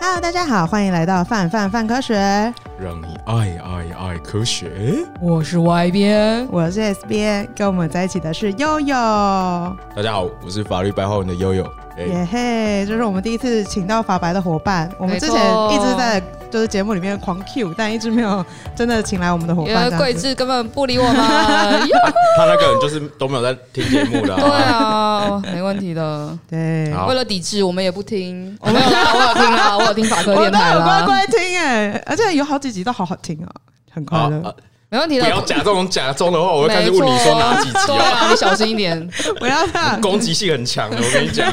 Hello， 大家好，欢迎来到范科学， 让你爱科学。 我是 Y 边， 我是 S 边，跟我们在一起的是悠悠。 大家好，我是法律白话文的悠悠。 耶嘿，这是我们第一次请到法白的伙伴。我们之前一直在就是节目里面狂 Q， 但一直没有真的请来我们的伙伴。 因为桂智根本不理我们， 他那个人就是都没有在听节目的、啊。 对啊，没问题的。 对， 为了抵制，我们也不听。我没有啦，我有听啦，我有听法科电台啦， 我都有乖乖听哎，而且有好几集都好好听啊，很快乐。 没问题的。 不要假这种假装的话，我会开始问你说哪几集对啊，你小心一点， 不要这样， 攻击性很强的，我跟你讲。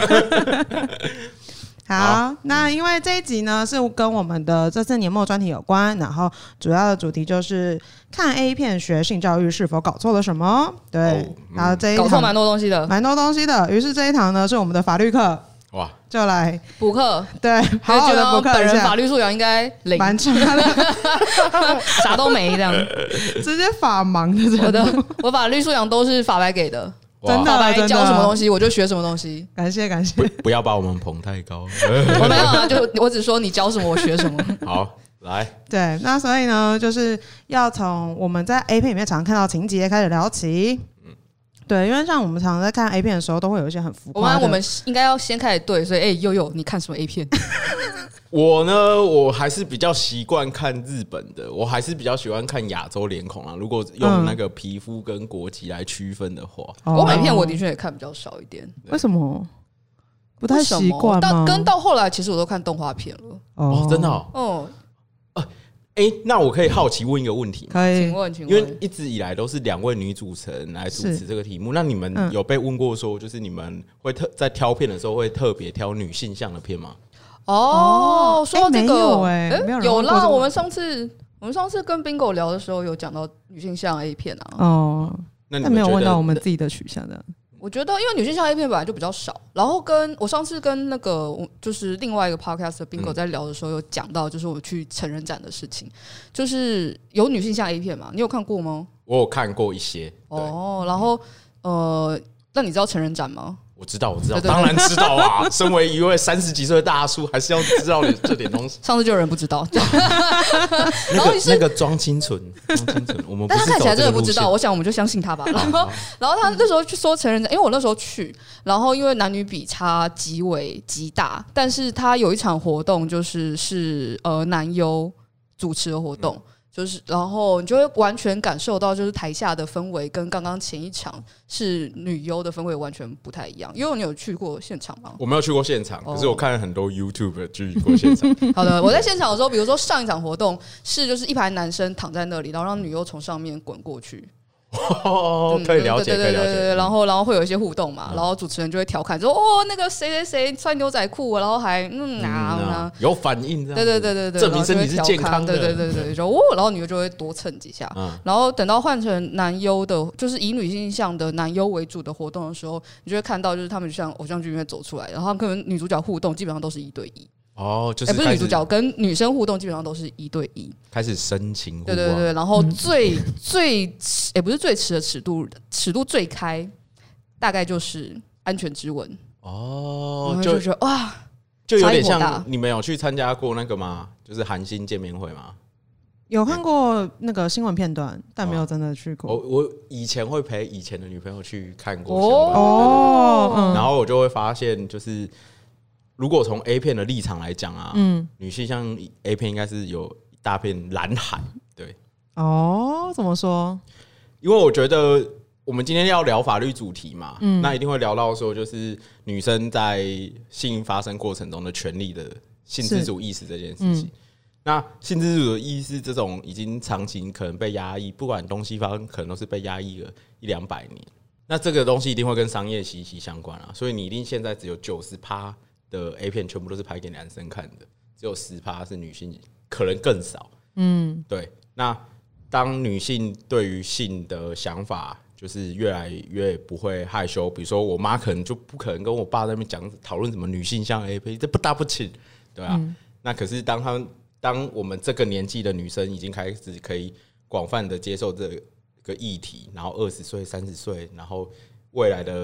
好，那因为这一集呢是跟我们的这次年末专题有关，然后主要的主题就是看 A 片学性教育是否搞错了什么？对，然后这一堂搞错蛮多东西的， 蛮多东西的。于是这一堂呢是我们的法律课。 哇， 就来补课， 对，好好的补课一下。 本人法律素养应该零， 蛮差的， 啥都没这样， 直接法盲的。 我法律素养都是法白给的， 真的。 法白教什么东西我就学什么东西。 感谢。 不要把我们捧太高。 我没有啊，就我只说你教什么我学什么。 好，来， 对，那所以呢，就是要从我们在 A 片里面常看到情节开始聊起。对，因为像我们常常在看 A 片的时候，都会有一些很浮夸的。 我们应该要先开始对，所以悠悠，你看什么 A 片？ 我呢，我还是比较习惯看日本的，我还是比较喜欢看亚洲脸孔啊。如果用那个皮肤跟国籍来区分的话， 欧美片我的确也看比较少一点。 为什么？不太习惯吗？ 到后来，其实我都看动画片了。 哦，真的哦。那我可以好奇问一个问题吗？ 可以， 请问， 因为一直以来都是两位女主持人来主持这个题目，那你们有被问过说，就是你们会在挑片的时候会特别挑女性向的片吗？ 哦，说到这个， 有啦，我们上次跟 Bingo 聊的时候有讲到女性向 A 片啊。 哦，那没有问到我们自己的取向的。 我觉得，因为女性向 A 片本来就比较少，然后我上次跟那个就是另外一个 podcast 的 Bingo 在聊的时候，有讲到就是我去成人展的事情，就是有女性向 A 片嘛，你有看过吗？ 我有看过一些。 哦，然后那你知道成人展吗？ 我知道，当然知道啊！身为一位30几岁的大叔，还是要知道这点东西。 上次就有人不知道， 那个装清纯，我们不是走这个路线， 但他看起来真的不知道。我想我们就相信他吧。然后他那时候去说成人展，因为我那时候去，然后因为男女比差极大，但是他有一场活动是男优主持的活动。就是然后你就会完全感受到，就是台下的氛围跟刚刚前一场是女优的氛围完全不太一样。因为你有去过现场吗？ 我没有去过现场，可是我看了很多 YouTube 去过现场。 好的，我在现场的时候，比如说上一场活动是就是一排男生躺在那里，然后让女优从上面滚过去。 可以了解， 对，然后会有一些互动嘛，然后主持人就会调侃说：“哦，那个谁穿牛仔裤，然后还有反应， 对， 证明身体是健康的， 对，就然后女优就会多蹭几下，然后等到换成男优的，就是以女性向的男优为主的活动的时候，你就会看到就是他们就像偶像剧里面走出来，然后他们跟女主角互动基本上都是1对1。 哦，就是不是女主角跟女生互动基本上都是1对1， 开始深情互动。 对，然后不是最迟的尺度最开，大概就是安全之吻。 哦， 就觉得哇， 就有点像你们有去参加过那个吗？就是韩星见面会吗？ 有看过那个新闻片段，但没有真的去过。 我以前会陪以前的女朋友去看过相关的，然后我就会发现就是。如果从 A 片的立场来讲啊，女性像 A 片应该是有一大片蓝海，对。 哦，怎么说？ 因为我觉得我们今天要聊法律主题嘛，那一定会聊到说，就是女生在性发生过程中的权利的性自主意识这件事情。那性自主的意识这种已经长期可能被压抑，不管东西方可能都是被压抑了100-200年。那这个东西一定会跟商业息息相关啊，所以你一定现在只有90%的 A 片全部都是拍给男生看的，只有10%是女性，可能更少。对。那当女性对于性的想法就是越来越不会害羞，比如说我妈可能就不可能跟我爸在那边讨论什么女性向 A 片，这不大不亲，对吧？那可是当我们这个年纪的女生已经开始可以广泛的接受这个议题，然后20岁、30岁，然后未来的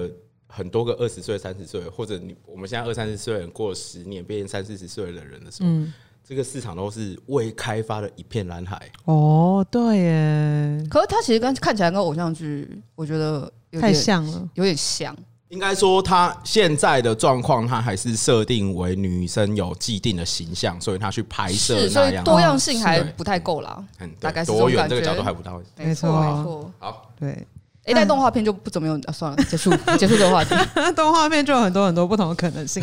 很多个20岁、30岁，或者我们现在20、30岁的人过了10年，变成30、40岁的人的时候，这个市场都是未开发的一片蓝海。 哦，对耶。 可是它其实看起来跟偶像剧，我觉得太像了， 有点像。 应该说，他现在的状况，他还是设定为女生有既定的形象，所以他去拍摄那样， 所以多样性还不太够啦。 大概是多元这个角度还不到。 没错，没错。 好， 对。 但动画片就不怎么用，算了，结束这个话题。 动画片就有很多不同的可能性。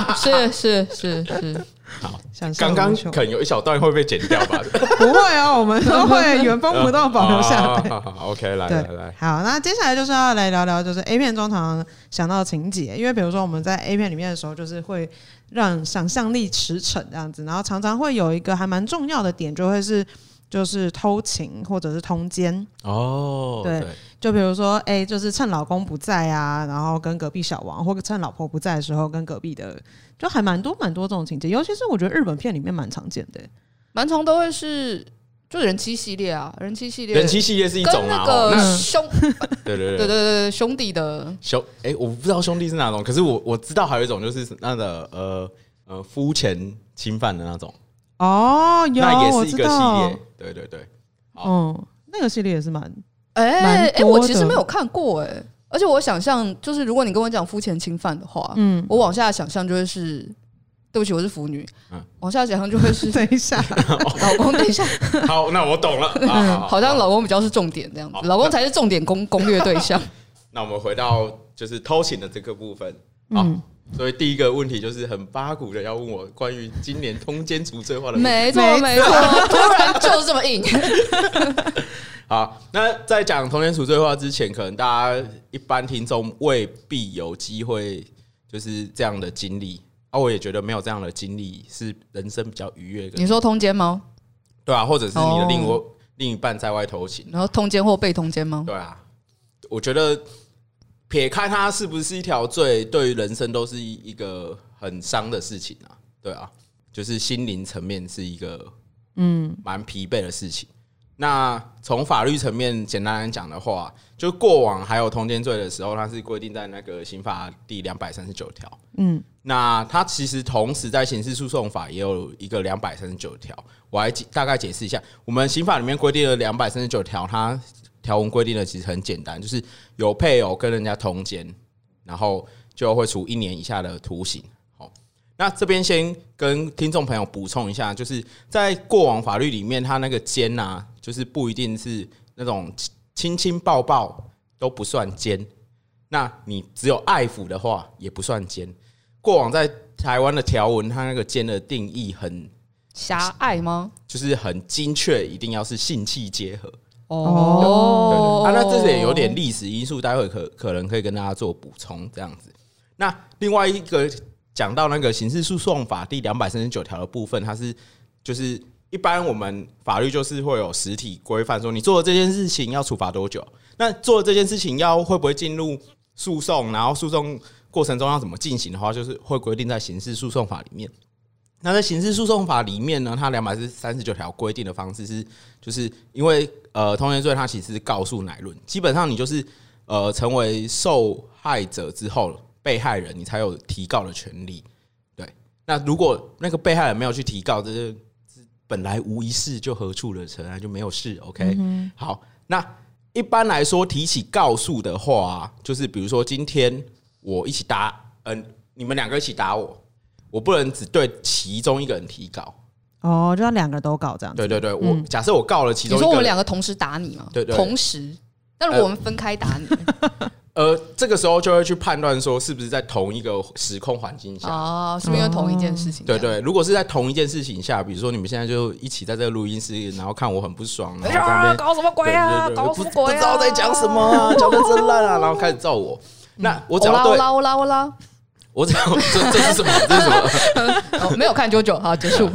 是。 好，刚刚可能有一小段会被剪掉吧？ 不会啊，我们都会原封不动保留下来。 好 ，OK， 来。 好，那接下来就是要来聊聊，就是 A 片中常想到的情节，因为比如说我们在 A 片里面的时候，就是会让想象力驰骋这样子，然后常常会有一个还蛮重要的点，就会是就是偷情或者是通奸。 哦， 对。就比如说，就是趁老公不在啊，然后跟隔壁小王，或者趁老婆不在的时候跟隔壁的，就还蛮多这种情节。尤其是我觉得日本片里面蛮常见的， 蛮常都会是就人妻系列啊，人妻系列是一种啊， 跟那个兄， 对， 兄弟的我不知道兄弟是哪种，可是我知道还有一种就是那个夫前侵犯的那种。 哦，有， 那也是一个系列，对， 那个系列也是蛮。 我其实没有看过而且我想象就是，如果你跟我讲夫前侵犯的话，我往下想象就会是，对不起，我是腐女，往下想象就会是， 等一下， 老公，等一下， 好，那我懂了， 好像老公比较是重点这样子，老公才是重点攻略对象。 那我们回到就是偷情的这个部分，所以第一个问题就是很八股的要问我关于今年通奸除罪化的， 没错，突然就是这么硬。 好，那在讲通奸除罪化之前，可能大家一般听众未必有机会就是这样的经历我也觉得没有这样的经历是人生比较愉悦。 你说通奸吗？ 对啊，或者是你的另一半在外偷情， 然后通奸或被通奸吗？ 对啊，我觉得撇开它是不是一条罪，对于人生都是一个很伤的事情啊。对啊，就是心灵层面是一个蛮疲惫的事情。那从法律层面简单来讲的话，就过往还有通奸罪的时候，它是规定在那个刑法第239条。那它其实同时在刑事诉讼法也有一个239条。我还大概解释一下，我们刑法里面规定的239条，它条文规定的其实很简单，就是有配偶跟人家通奸，然后就会处1年以下的徒刑。那这边先跟听众朋友补充一下，就是在过往法律里面，它那个奸啊，就是不一定是那种亲亲抱抱都不算奸，那你只有爱抚的话也不算奸。过往在台湾的条文，它那个奸的定义很狭隘吗？ 就是很精确，一定要是性器结合。那这也有点历史因素，待会可能可以跟大家做补充这样子。那另外一个。讲到那个刑事诉讼法第239条的部分，它是就是一般我们法律就是会有实体规范，说你做的这件事情要处罚多久，那做的这件事情会不会进入诉讼，然后诉讼过程中要怎么进行的话，就是会规定在刑事诉讼法里面。那在刑事诉讼法里面呢，它239条规定的方式是，就是因为通奸罪它其实是告诉乃论，基本上你就是成为受害者之后。被害人你才有提告的权利，对。那如果那个被害人没有去提告，这就本来无一事，就何处惹尘埃，就没有事。OK，好。那一般来说，提起告诉的话，就是比如说今天我一起打，你们2个一起打我，我不能只对其中一个人提告。 就要2个都告这样子。 对，我假设我告了其中一个人， 你说我们2个同时打你吗？ 对， 同时。那如果我们分开打你？ 这个时候就会去判断说是不是在同一个时空环境下是不是因为同一件事情？ 对，如果是在同一件事情下，比如说你们现在就一起在这个录音室，然后看我很不爽，然后在那边搞什么鬼啊，搞什么鬼啊， 不知道在讲什么啊，讲的真烂啊，然后开始揍我。那我只要对我只要这是什么？这是什么？ 没有看JoJo，好结束。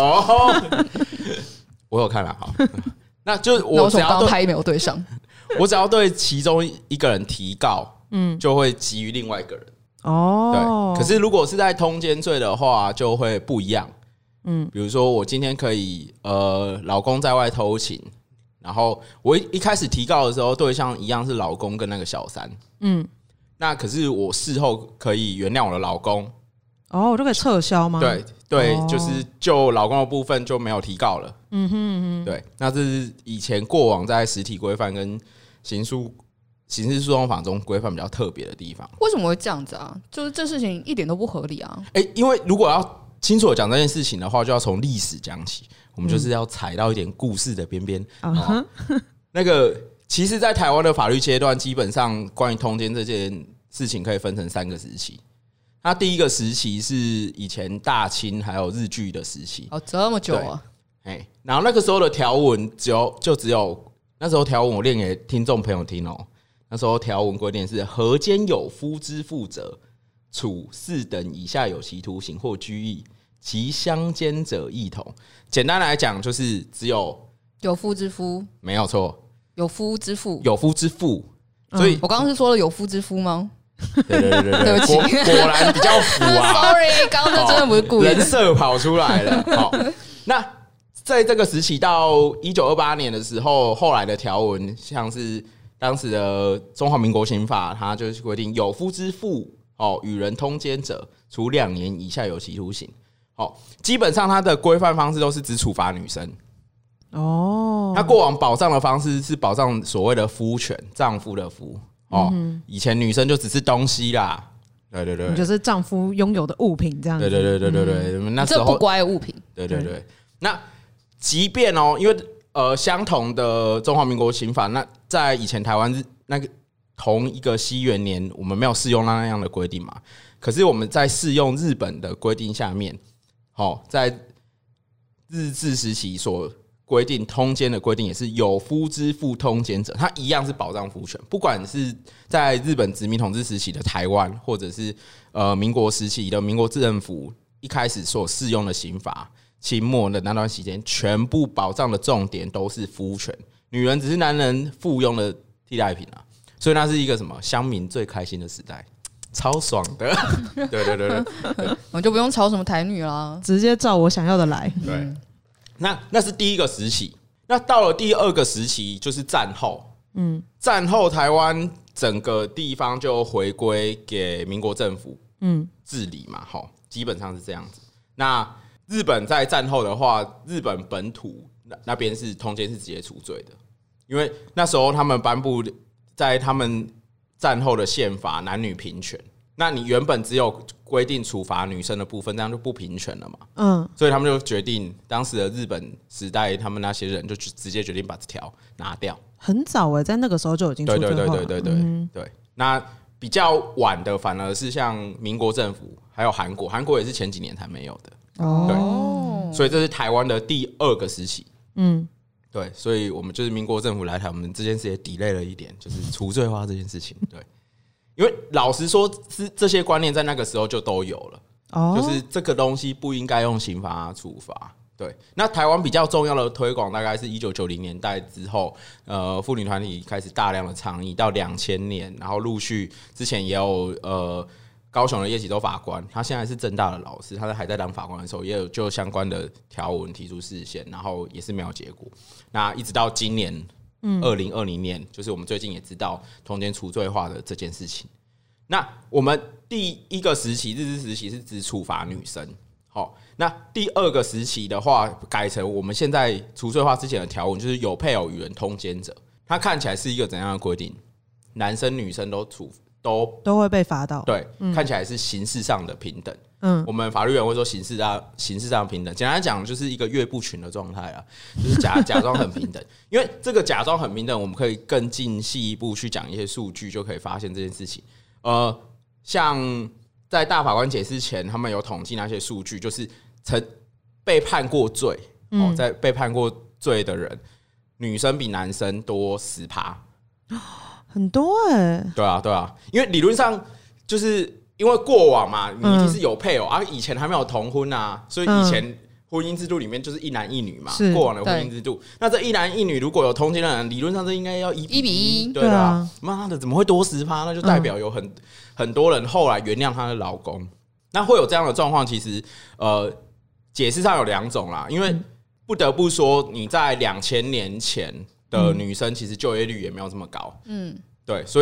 我有看了，好，那就我只要刚拍没有对上。 我只要对其中一个人提告，就会给予另外一个人。对。可是如果是在通奸罪的话，就会不一样。比如说我今天可以，老公在外偷情，然后我一开始提告的时候，对象一样是老公跟那个小三。 那可是我事后可以原谅我的老公。 哦，我就可以撤销吗？ 对，就是就老公的部分就没有提告了。对，那这是以前过往在实体规范跟刑事诉讼法中规范比较特别的地方。 为什么会这样子啊？就是这事情一点都不合理啊！ 因为如果要清楚的讲这件事情的话，就要从历史讲起。我们就是要踩到一点故事的边边。那个，其实，在台湾的法律阶段，基本上关于通奸这件事情可以分成3个时期。它第一个时期是以前大清还有日据的时期。 这么久啊！ 然后那个时候的条文只有那时候条文我念给听众朋友听哦。那时候条文规定是合奸有夫之妇者，处4等以下有期徒刑或拘役，其相奸者一同。简单来讲，就是只有有夫之夫， 没有错， 有夫之妇， 有夫之妇。所以我刚刚是说了有夫之夫吗？ 对， 对不起， 果然比较符啊。 Sorry， 刚刚真的不是故意的， 人设跑出来了。好，那在这个时期到1928年的时候，后来的条文像是当时的中华民国刑法，它就是规定有夫之妇与人通奸者，处2年以下有期徒刑。基本上它的规范方式都是只处罚女生。它过往保障的方式是保障所谓的夫权，丈夫的夫。以前女生就只是东西啦，对， 你就是丈夫拥有的物品这样子。 对，那时候这不乖的物品。 对。那即便因为相同的中华民国刑法，那在以前台湾那个同一个西元年，我们没有适用那样的规定嘛。可是我们在适用日本的规定下面，在日治时期所规定通奸的规定也是有夫之妇通奸者，它一样是保障夫权。不管是在日本殖民统治时期的台湾，或者是民国时期的民国政府一开始所适用的刑法，清末的那段时间，全部保障的重点都是夫权，女人只是男人附庸的替代品啊。所以那是一个什么乡民最开心的时代，超爽的。对， 我就不用吵什么台女啦， 直接照我想要的来。 对。那是第一个时期。那到了第2个时期，就是战后。战后台湾整个地方就回归给民国政府治理嘛，基本上是这样子。那日本在战后的话，日本本土那边是通奸是直接处罪的，因为那时候他们颁布在他们战后的宪法男女平权。那你原本只有规定处罚女生的部分，这样就不平权了嘛？所以他们就决定，当时的日本时代，他们那些人就直接决定把这条拿掉。很早在那个时候就已经出罪化了。 对。那比较晚的，反而是像民国政府，还有韩国也是前几年才没有的。对，所以这是台湾的第2个时期。对，所以我们就是民国政府来台，我们这件事也 delay 了一点，就是除罪化这件事情。对。因为老实说，是这些观念在那个时候就都有了，就是这个东西不应该用刑罚处罚。对，那台湾比较重要的推广，大概是1990年代之后，妇女团体开始大量的倡议，到2000年，然后陆续之前也有高雄的叶启洲法官，他现在是政大的老师，他还在当法官的时候，也有就相关的条文提出释宪，然后也是没有结果。那一直到今年。2020年，就是我们最近也知道通奸除罪化的这件事情。那我们第1个时期，日治时期是只处罚女生。那第2个时期的话，改成我们现在除罪化之前的条文，就是有配偶与人通奸者，它看起来是一个怎样的规定？男生女生都会被罚到。对，看起来是形式上的平等。我们法律人会说形式上平等，简单讲就是一个岳不群的状态啊，就是假装很平等。因为这个假装很平等，我们可以更进细一步去讲一些数据，就可以发现这件事情。像在大法官解释前，他们有统计那些数据，就是被判过罪，在被判过罪的人，女生比男生多10%， 很多对啊，因为理论上就是。因为过往嘛，你一定是有配偶以前还没有同婚啊，所以以前婚姻制度里面就是1男1女嘛，过往的婚姻制度。那这1男1女如果有通奸的人，理论上这应该要1比1，对吧？妈的，怎么会多10%？那就代表有很多人后来原谅她的老公。那会有这样的状况，其实解释上有2种啦，因为不得不说，你在2000年前的女生其实就业率也没有这么高，对，所以。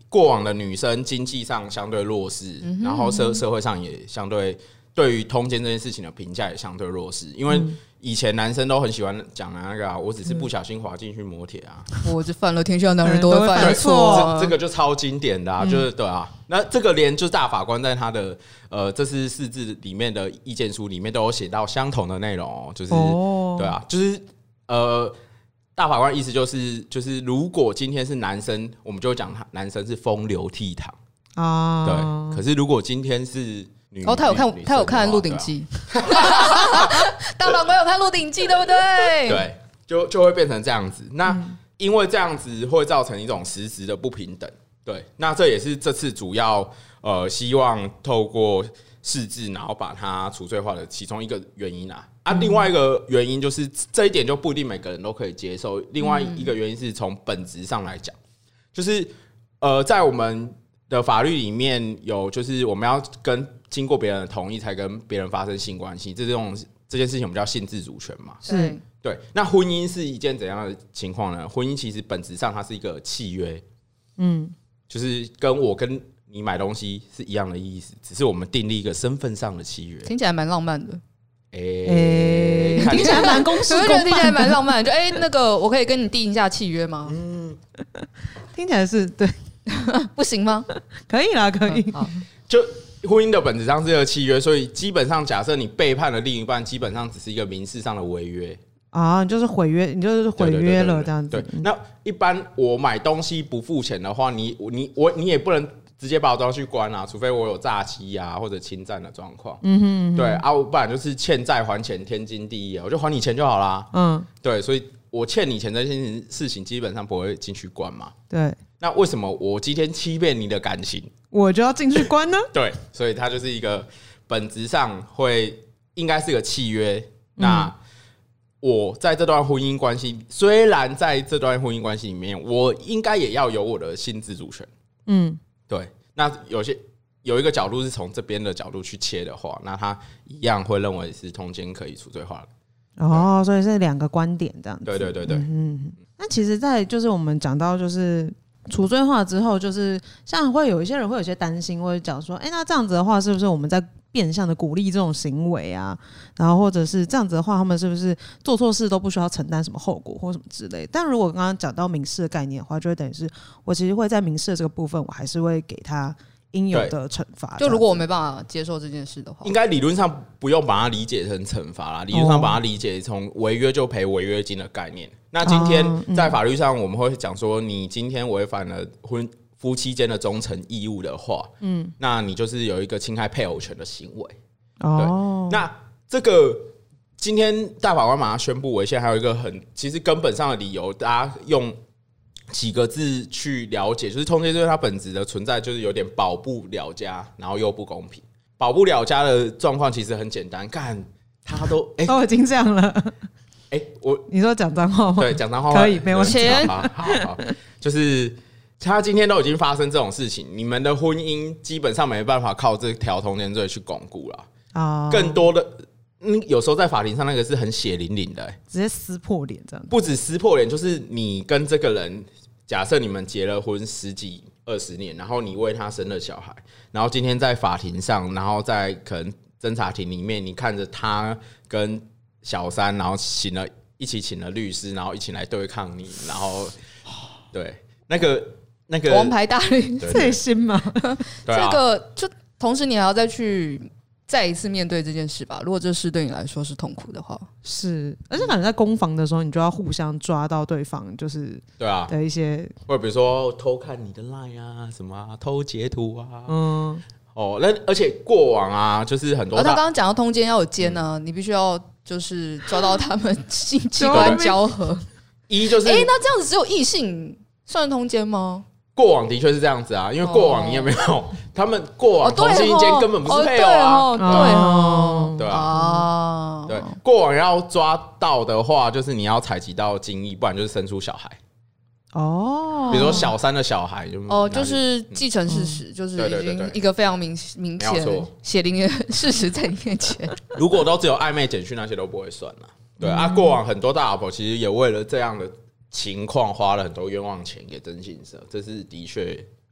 过往的女生经济上相对弱势，然后社会上也相对对于通奸这件事情的评价也相对弱势，因为以前男生都很喜欢讲那个我只是不小心滑进去摩铁啊， 我就犯了天下男人都会犯的错， 这个就超经典的就是对啊，那这个连就是大法官在他的这是释字里面的意见书里面都有写到相同的内容就是对啊，就是大法官的意思就是如果今天是男生，我们就讲男生是风流倜傥啊，对，可是如果今天是他有看《鹿鼎记》，大法官有看《鹿鼎记》，对不对？ 对，就会变成这样子。那因为这样子会造成一种实质的不平等，对。那这也是这次主要希望透过释字，然后把它除罪化的其中一个原因啊。另外一个原因就是这一点就不一定每个人都可以接受。另外一个原因是从本质上来讲，就是在我们的法律里面有，就是我们要经过别人的同意才跟别人发生性关系，这件事情我们叫性自主权嘛。 是， 对。那婚姻是一件怎样的情况呢？婚姻其实本质上它是一个契约，就是跟我跟你买东西是一样的意思，只是我们订立一个身份上的契约。 听起来蛮浪漫的。 听起来蛮公事公办的， 听起来蛮浪漫的。就那个我可以跟你订一下契约吗？ 听起来是对， 不行吗？ 可以啦，可以。 就婚姻的本质上是一个契约，所以基本上假设你背叛了另一半，基本上只是一个民事上的违约啊，你就是毁约，你就是毁约了这样子。 对，那一般我买东西不付钱的话，你也不能直接把我抓去关啊，除非我有诈欺啊或者侵占的状况。对啊，不然就是欠债还钱，天经地义啊，我就还你钱就好啦。对，所以我欠你钱这件事情基本上不会进去关嘛。 对， 那为什么我今天欺骗你的感情， 我就要进去关呢？ 对，所以它就是一个本质上应该是个契约。那我在这段婚姻关系，虽然在这段婚姻关系里面，我应该也要有我的性自主权。对。那有一个角度是从这边的角度去切的话，那他一样会认为是通奸可以除罪化的。 所以是两个观点这样子。 对。 那其实，在就是我们讲到就是除罪化之后，就是像会有一些人会有些担心，或者讲说，那这样子的话，是不是我们在变相的鼓励这种行为啊？然后或者是这样子的话，他们是不是做错事都不需要承担什么后果或什么之类？但如果刚刚讲到民事的概念的话，就会等于是我其实会在民事的这个部分，我还是会给他应有的惩罚。 就如果我没办法接受这件事的话， 应该理论上不用把它理解成惩罚啦，理论上把它理解从违约就赔违约金的概念。那今天在法律上我们会讲说，你今天违反了夫妻间的忠诚义务的话，那你就是有一个侵害配偶权的行为。对，那这个今天大法官把它宣布违宪，还有一个其实根本上的理由，大家用几个字去了解，就是通奸罪它本质的存在就是有点保不了家，然后又不公平。保不了家的状况其实很简单，看他都已经这样了。你说讲脏话吗？ 对，讲脏话可以，没问题。 好，就是他今天都已经发生这种事情，你们的婚姻基本上没办法靠这条通奸罪去巩固了。更多的，有时候在法庭上那个是很血淋淋的， 直接撕破脸这样。 不止撕破脸，就是你跟这个人，假设你们结了婚10几20年，然后你为他生了小孩，然后今天在法庭上，然后在可能侦查庭里面，你看着他跟小三，然后一起请了律师，然后一起来对抗你，然后对那个王牌大律最新嘛， 这个就同时你还要再一次面对这件事吧。如果这事对你来说是痛苦的话， 是，而且感觉在攻防的时候，你就要互相抓到对方，就是对啊的一些， 或者比如说偷看你的 LINE 啊，什么偷截图啊，那而且过往啊，就是很多他刚刚讲到通奸要有奸呢，你必须要就是抓到他们性器官交合。 就是那这样子只有异性算通奸吗？ 过往的确是这样子啊，因为过往你也没有，他们过往同性间根本不是配偶啊，对啊，对，过往要抓到的话，就是你要采集到精液，不然就是生出小孩。比如说小三的小孩就是继承事实，就是已经一个非常明显血淋淋的事实在你面前。 如果都只有暧昧简讯，那些都不会算了。对啊，过往很多大老婆其实也为了这样的情况花了很多冤枉钱给征信社，这是的确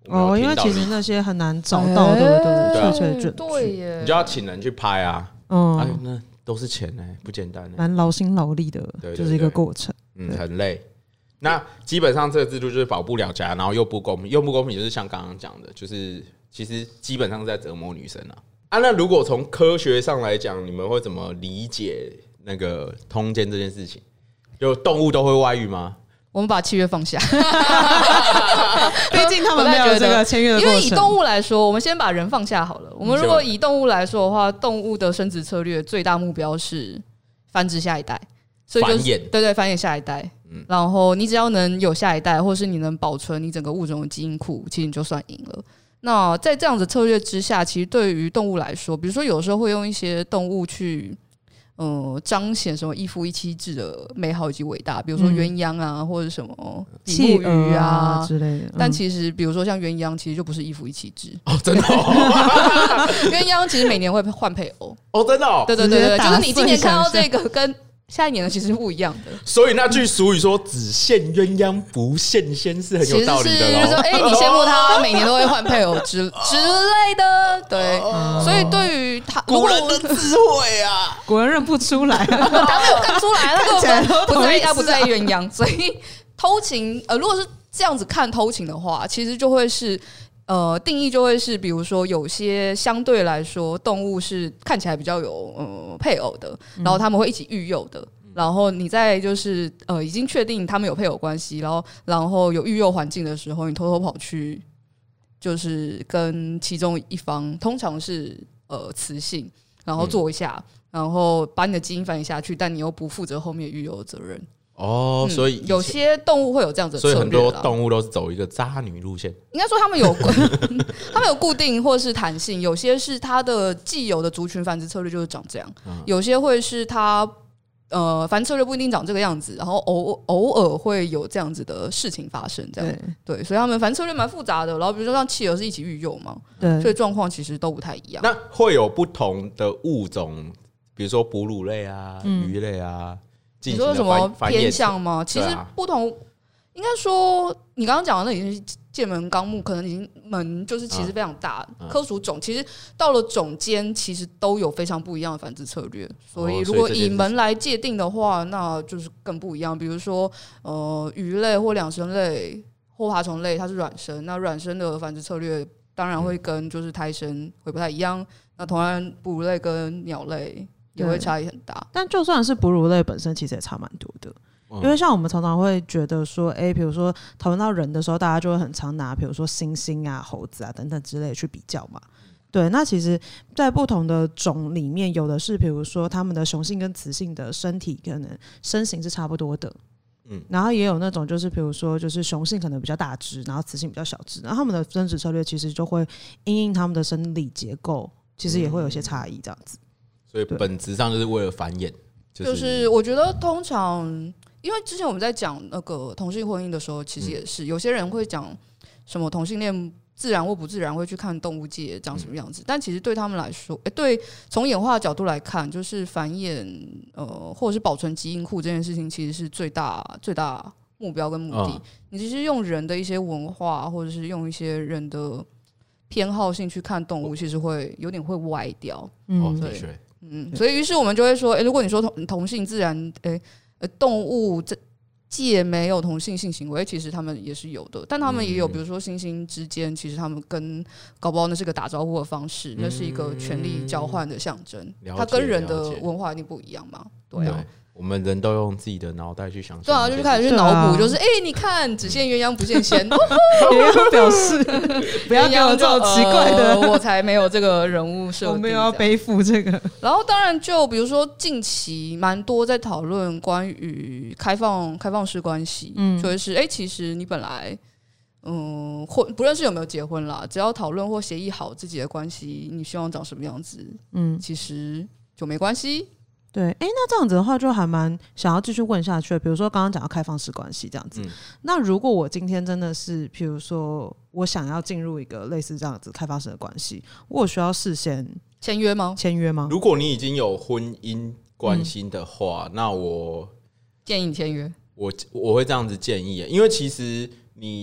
哦，因为其实那些很难找到，对不对？确切准据， 对耶， 你就要请人去拍啊，那都是钱不简单蛮劳心劳力的，就是一个过程， 很累。那基本上这个制度就是保不了家，然后又不公平，就是像刚刚讲的，就是其实基本上是在折磨女生啊。那如果从科学上来讲，你们会怎么理解那个通奸这件事情？就动物都会外遇吗？ 我们把契约放下， 毕竟他们没有这个签约的过程。 因为以动物来说，我们先把人放下好了。我们如果以动物来说的话，动物的生殖策略最大目标是繁殖下一代，所以就是对繁衍下一代。然后你只要能有下一代，或是你能保存你整个物种的基因库，其实你就算赢了。那在这样的策略之下，其实对于动物来说，比如说有时候会用一些动物去彰显什么一夫一妻制的美好以及伟大，比如说鸳鸯啊，或者什么比目鱼啊之类的。 但其实，比如说像鸳鸯，其实就不是一夫一妻制哦，真的。 鸳鸯其实每年会换配偶哦，真的。 对，就是你今年看到这个跟下一年的其实是不一样的。 所以那句俗语说"只羡鸳鸯不羡仙"是很有道理的咯。 其实是说，你羡慕他每年都会换配偶之类的，对。所以对于他， 古人的智慧啊， 古人认不出来， 他没有看出来，他不在意鸳鸯。所以偷情，如果是这样子看偷情的话，其实就会是。定义就会是，比如说有些相对来说动物是看起来比较有配偶的，然后他们会一起育幼的，然后你在就是已经确定他们有配偶关系，然后有育幼环境的时候，你偷偷跑去就是跟其中一方，通常是雌性，然后做一下，然后把你的基因繁衍下去，但你又不负责后面育幼的责任。 哦，所以有些动物会有这样子的策略， 所以很多动物都是走一个渣女路线。 应该说他们有固定或是弹性，有些是它的既有的族群繁殖策略就是长这样，有些会是它繁殖策略不一定长这个样子，然后偶尔会有这样子的事情发生，这样对，所以他们繁殖策略蛮复杂的。然后比如说像企鹅是一起育幼嘛，对，所以状况其实都不太一样。 那会有不同的物种，比如说哺乳类啊、鱼类啊。 你说什么偏向吗？其实不同，应该说你刚刚讲的那已经是界门纲目，可能已经门就是其实非常大。科属种其实到了种间，其实都有非常不一样的繁殖策略。所以如果以门来界定的话，那就是更不一样。比如说鱼类或两生类或爬虫类，它是卵生，那卵生的繁殖策略当然会跟就是胎生会不太一样。那同样哺乳类跟鸟类也会差异很大， 但就算是哺乳类本身，其实也差蛮多的。因为像我们常常会觉得说，比如说讨论到人的时候，大家就会很常拿比如说猩猩啊、猴子啊等等之类去比较嘛。对，那其实，在不同的种里面，有的是比如说他们的雄性跟雌性的身体可能身形是差不多的，然后也有那种就是比如说就是雄性可能比较大只，然后雌性比较小只，然后他们的生殖策略其实就会因应他们的生理结构，其实也会有些差异这样子。 所以本质上就是为了繁衍， 就是我觉得通常，因为之前我们在讲那个同性婚姻的时候，其实也是有些人会讲什么同性恋自然或不自然，会去看动物界长什么样子。但其实对他们来说，对从演化的角度来看，就是繁衍或者是保存基因库这件事情，其实是最大目标跟目的。你只是用人的一些文化，或者是用一些人的偏好性去看动物，其实会有点会歪掉。 的确。 所以于是我们就会说，如果你说同性自然，动物界没有同性性行为，其实他们也是有的，但他们也有，比如说猩猩之间，其实他们搞不好那是个打招呼的方式，那是一个权力交换的象征，它跟人的文化一定不一样嘛，对啊。 我们人都用自己的脑袋去想象， 对啊，就开始去脑补，就是你看只羡鸳鸯不羡仙， 也有表示不要给我这种奇怪的， 我才没有这个人物设定， 我没有要背负这个。 然后当然就比如说近期蛮多在讨论关于开放式关系，就是其实你本来不论是有没有结婚啦，只要讨论或协议好自己的关系，你希望长什么样子，其实就没关系。 对，那这样子的话，就还蛮想要继续问下去的。比如说刚刚讲到开放式关系这样子，那如果我今天真的是，比如说我想要进入一个类似这样子开放式的关系，我需要事先签约吗？ 如果你已经有婚姻关系的话，那我建议你签约。 我会这样子建议，因为其实你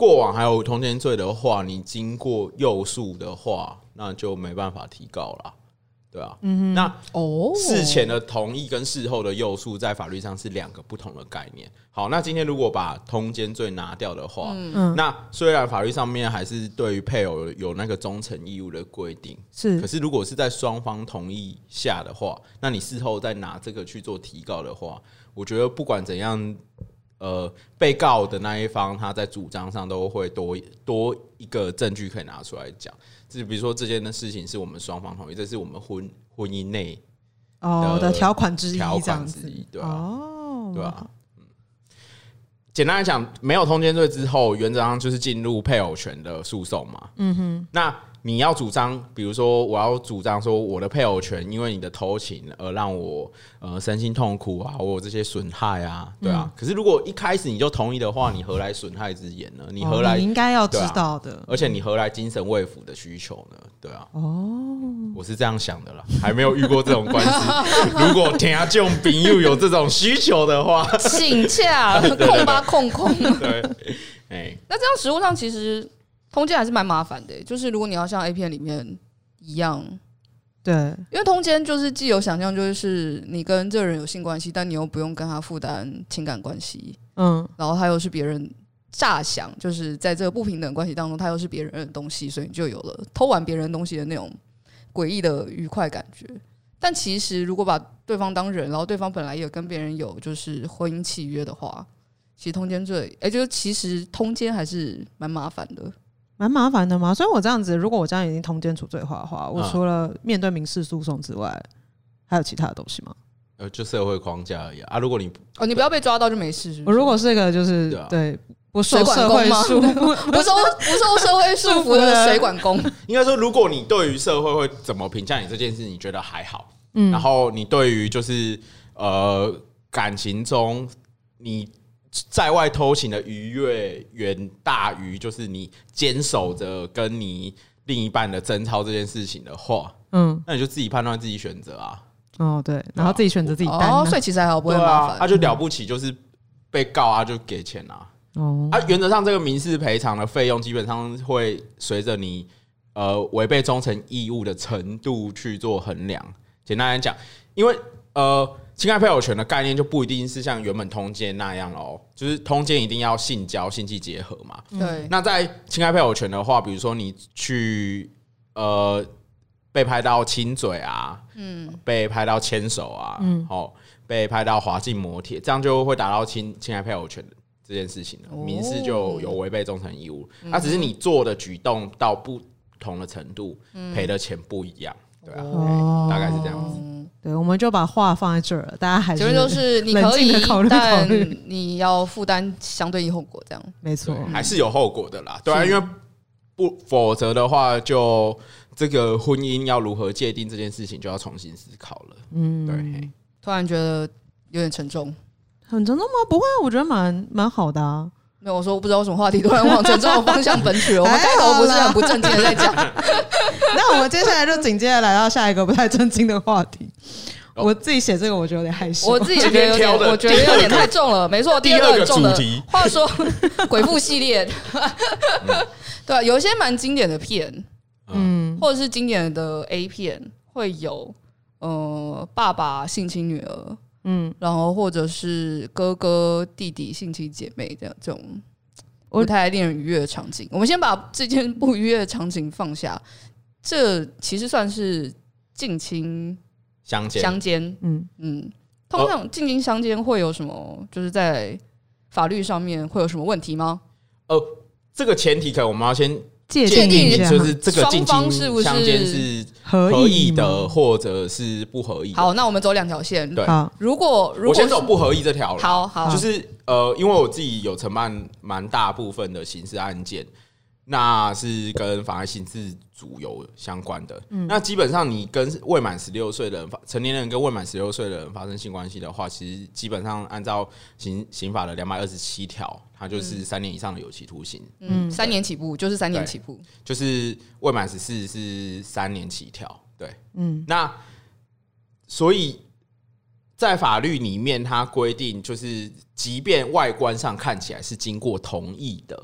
过往还有通奸罪的话，你经过诱诉的话，那就没办法提告啦。对啊，那事前的同意跟事后的诱诉在法律上是2个不同的概念。好，那今天如果把通奸罪拿掉的话，那虽然法律上面还是对于配偶有那个忠诚义务的规定，可是如果是在双方同意下的话，那你事后再拿这个去做提告的话，我觉得不管怎样，被告的那一方他在主张上都会多一个证据可以拿出来讲。就比如说这件的事情是我们双方同意，这是我们婚姻内的条款之一， 条款之一，对吧？对吧？简单来讲，没有通奸罪之后，原则上就是进入配偶权的诉讼嘛。那你要主张，比如说我要主张说我的配偶权因为你的偷情而让我身心痛苦啊，我有这些损害啊，对啊。可是如果一开始你就同意的话，你何来损害之言呢？你何来你应该要知道的， 而且你何来精神慰抚的需求呢？对啊。我是这样想的啦，还没有遇过这种官司。如果听众朋友有这种需求的话， 请假控吧控。 对， 那这样实务上其实通奸还是蛮麻烦的，就是如果你要像 A 片里面一样， 对， 因为通奸就是既有想象，就是你跟这个人有性关系，但你又不用跟他负担情感关系，然后他又是别人乍想，就是在这个不平等关系当中，他又是别人的东西，所以你就有了偷玩别人东西的那种诡异的愉快感觉。但其实如果把对方当人，然后对方本来也跟别人有就是婚姻契约的话，其实通奸罪，就是其实通奸还是蛮麻烦的。 蛮麻烦的嘛，所以我这样子，如果我这样已经通奸处罪化的话，我除了面对民事诉讼之外，还有其他的东西吗？ 就社会框架而已啊。如果你你不要被抓到就没事是不是？ 我如果是一个就是对不受社会束缚、 不受社会束缚的水管工， 应该说，如果你对于社会会怎么评价你这件事，你觉得还好，然后你对于就是感情中你在外偷情的愉悦远大于就是你坚守着跟你另一半的贞操这件事情的话，那你就自己判断自己选择啊。 对，然后自己选择自己担， 所以其实还好，不会麻烦。 他就了不起，就是被告啊，就给钱啊。原则上这个民事赔偿的费用基本上会随着你违背忠诚义务的程度去做衡量。简单来讲，因为侵害配偶权的概念就不一定是像原本通奸那样咯，就是通奸一定要性交、性器结合嘛。 对。 那在侵害配偶权的话，比如说你去被拍到亲嘴啊，被拍到牵手啊，被拍到滑进摩铁，这样就会达到侵害配偶权的这件事情了。民事就有违背忠诚义务，那只是你做的举动到不同的程度，赔的钱不一样。对啊，大概是这样子。 对，我们就把话放在这儿了，大家还是就是你可以但你要负担相对应后果，这样没错， 还是有后果的啦。对啊，因为否则的话，就这个婚姻要如何界定这件事情，就要重新思考了。对。 突然觉得有点沉重， 很沉重吗？不会，我觉得蛮好的啊。 没有，我说我不知道为什么话题突然往沉重的方向奔去了。我们开头不是很不正经的在讲， 那我们接下来就紧接着来到下一个不太正经的话题。我自己写这个，我觉得有点害羞。 我自己也觉得有点，我觉得有点太重了。没错，第二个主题。话说，鬼父系列，对啊，有一些蛮经典的片，或者是经典的 A 片，会有爸爸性侵女儿。然后或者是哥哥弟弟性侵姐妹这种不太令人愉悦的场景，我们先把这件不愉悦的场景放下。这其实算是近亲相奸。通常近亲相奸会有什么？就是在法律上面会有什么问题吗？ 这个前提可能我们要先界定一下， 就是这个近亲相奸是合意的，或者是不合意的。 好，那我们走2条线。 对， 如果我先走不合意这条了。 好， 就是因为我自己有承办蛮大部分的刑事案件，那是跟妨碍性自主有相关的。那基本上你跟未满16岁的人，成年人跟未满16岁的人发生性关系的话，其实基本上按照刑法的227条，它就是3年以上的有期徒刑。 3年起步，就是3年起步， 就是未满14是3年起跳。对，那所以在法律里面，它规定就是，即便外观上看起来是经过同意的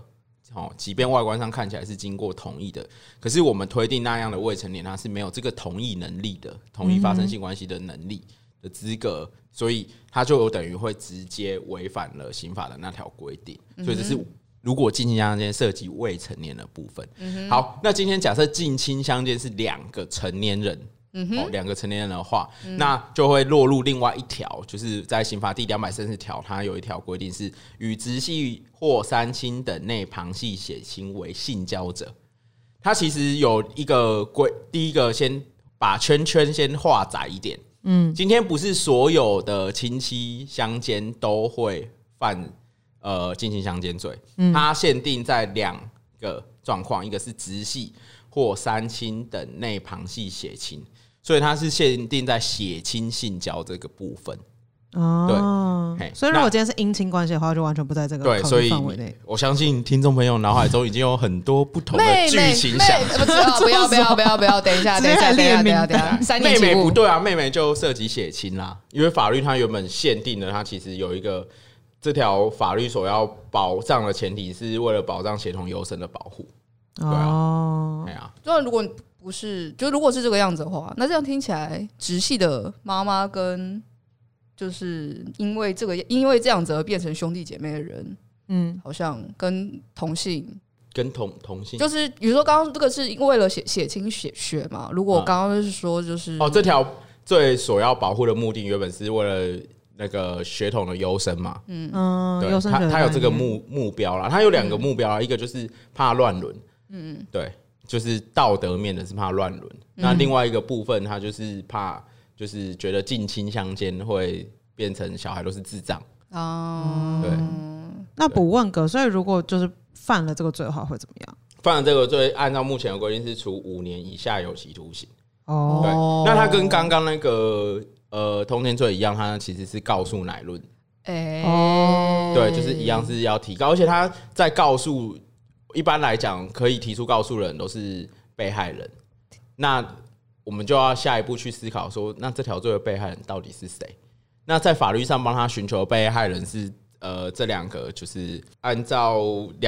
即便外观上看起来是经过同意的，可是我们推定那样的未成年他是没有这个同意能力的，同意发生性关系的能力的资格，所以他就有等于会直接违反了刑法的那条规定，所以这是如果近亲相奸涉及未成年的部分。好，那今天假设近亲相奸是2个成年人。2个成年人的话，那就会落入另外一条，就是在刑法第230条，它有一条规定是与直系或三亲等内旁系血亲为性交者。它其实有一个第一个先把圈圈先画窄一点。今天不是所有的亲戚相奸都会犯近亲相奸罪，它限定在2个状况，一个是直系或三亲等内旁系血亲。所以它是限定在血亲性交这个部分。对， 所以如果今天是姻亲关系的话，就完全不在这个考虑范围内。 我相信听众朋友脑海中已经有很多不同的剧情想象。 不要，等一下， 妹妹不对啊，妹妹就涉及血亲啦，因为法律它原本限定的，它其实有一个这条法律所要保障的前提是为了保障协同优生的保护。对啊， 就如果不是，就如果是这个样子的话，那这样听起来，直系的妈妈跟就是因为这样子而变成兄弟姐妹的人，好像跟同性，就是比如说刚刚这个是为了血亲血嘛，如果刚刚是说就是这条罪所要保护的目的原本是为了那个血统的优生嘛，对，他有这个目标啦，他有2个目标啦，一个就是怕乱伦。对，就是道德面的是怕乱伦，那另外一个部分他就是怕，就是觉得近亲相奸会变成小孩都是智障。对。 那补问个，所以如果就是犯了这个罪的话会怎么样？ 犯了这个罪，按照目前的规定是处5年以下有期徒刑。对，那他跟刚刚那个通奸罪一样，他其实是告诉乃论。对，就是一样是要提告，而且他在告诉。一般来讲，可以提出告诉人都是被害人，那我们就要下一步去思考说，那这条罪的被害人到底是谁？那在法律上帮他寻求的被害人是这2个，就是按照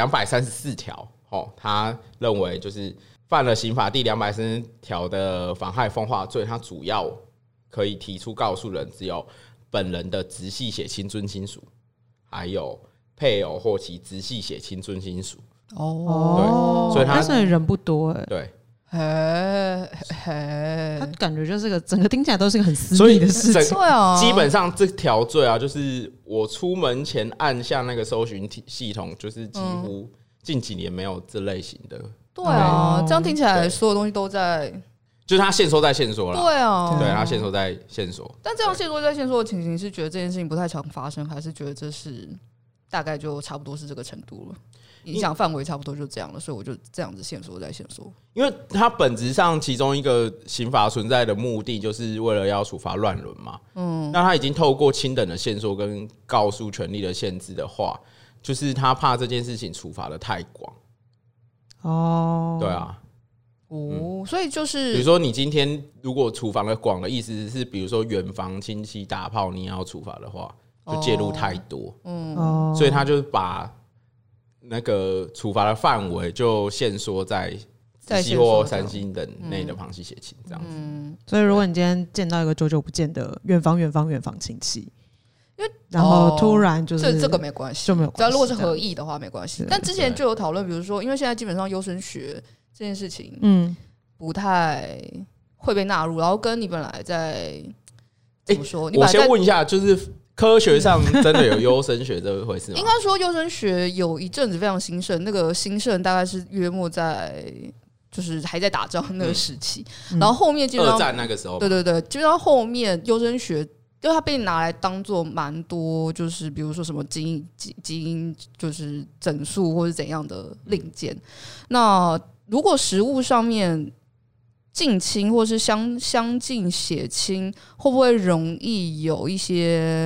234条，他认为就是犯了刑法第230条的妨害风化罪，他主要可以提出告诉人只有本人的直系血亲尊亲属，还有配偶或其直系血亲尊亲属。对，所以他人不多对， 他感觉就是个整个听起来都是个很私密的事情。 基本上这条罪啊，就是我出门前按下那个搜寻系统，就是几乎近几年没有这类型的。 对啊，这样听起来所有东西都在， 就是他限缩在限缩了。 对啊， 对，他限缩在限缩。 但这样限缩在限缩的情形是觉得这件事情不太常发生，还是觉得这是大概就差不多是这个程度了？影响范围差不多就这样了，所以我就这样子限缩再限缩。 因为它本质上其中一个刑罚存在的目的，就是为了要处罚乱伦嘛。那他已经透过轻等的限缩跟告诉权利的限制的话，就是他怕这件事情处罚的太广。对啊。 所以就是比如说你今天如果处罚的广的意思是，比如说远房亲戚打炮你要处罚的话，就介入太多。所以他就把那个处罚的范围就限缩在直系或三亲等内的旁系血亲这样子。 所以如果你今天见到一个久久不见的远房亲戚，然后突然就是这个没关系， 就没有关系。 只要如果是合意的话没关系。但之前就有讨论，比如说因为现在基本上优生学这件事情，不太会被纳入，然后跟你本来在怎么说？ 我先问一下，就是科学上真的有优生学这回事吗？ 应该说优生学有一阵子非常兴盛，那个兴盛大概是约莫在就是还在打仗那个时期，然后后面基本上 2战那个时候， 对，基本上后面优生学就它被拿来当做蛮多，就是比如说什么基因就是整数或是怎样的零件。那如果实务上面近亲或是相近血亲，会不会容易有一些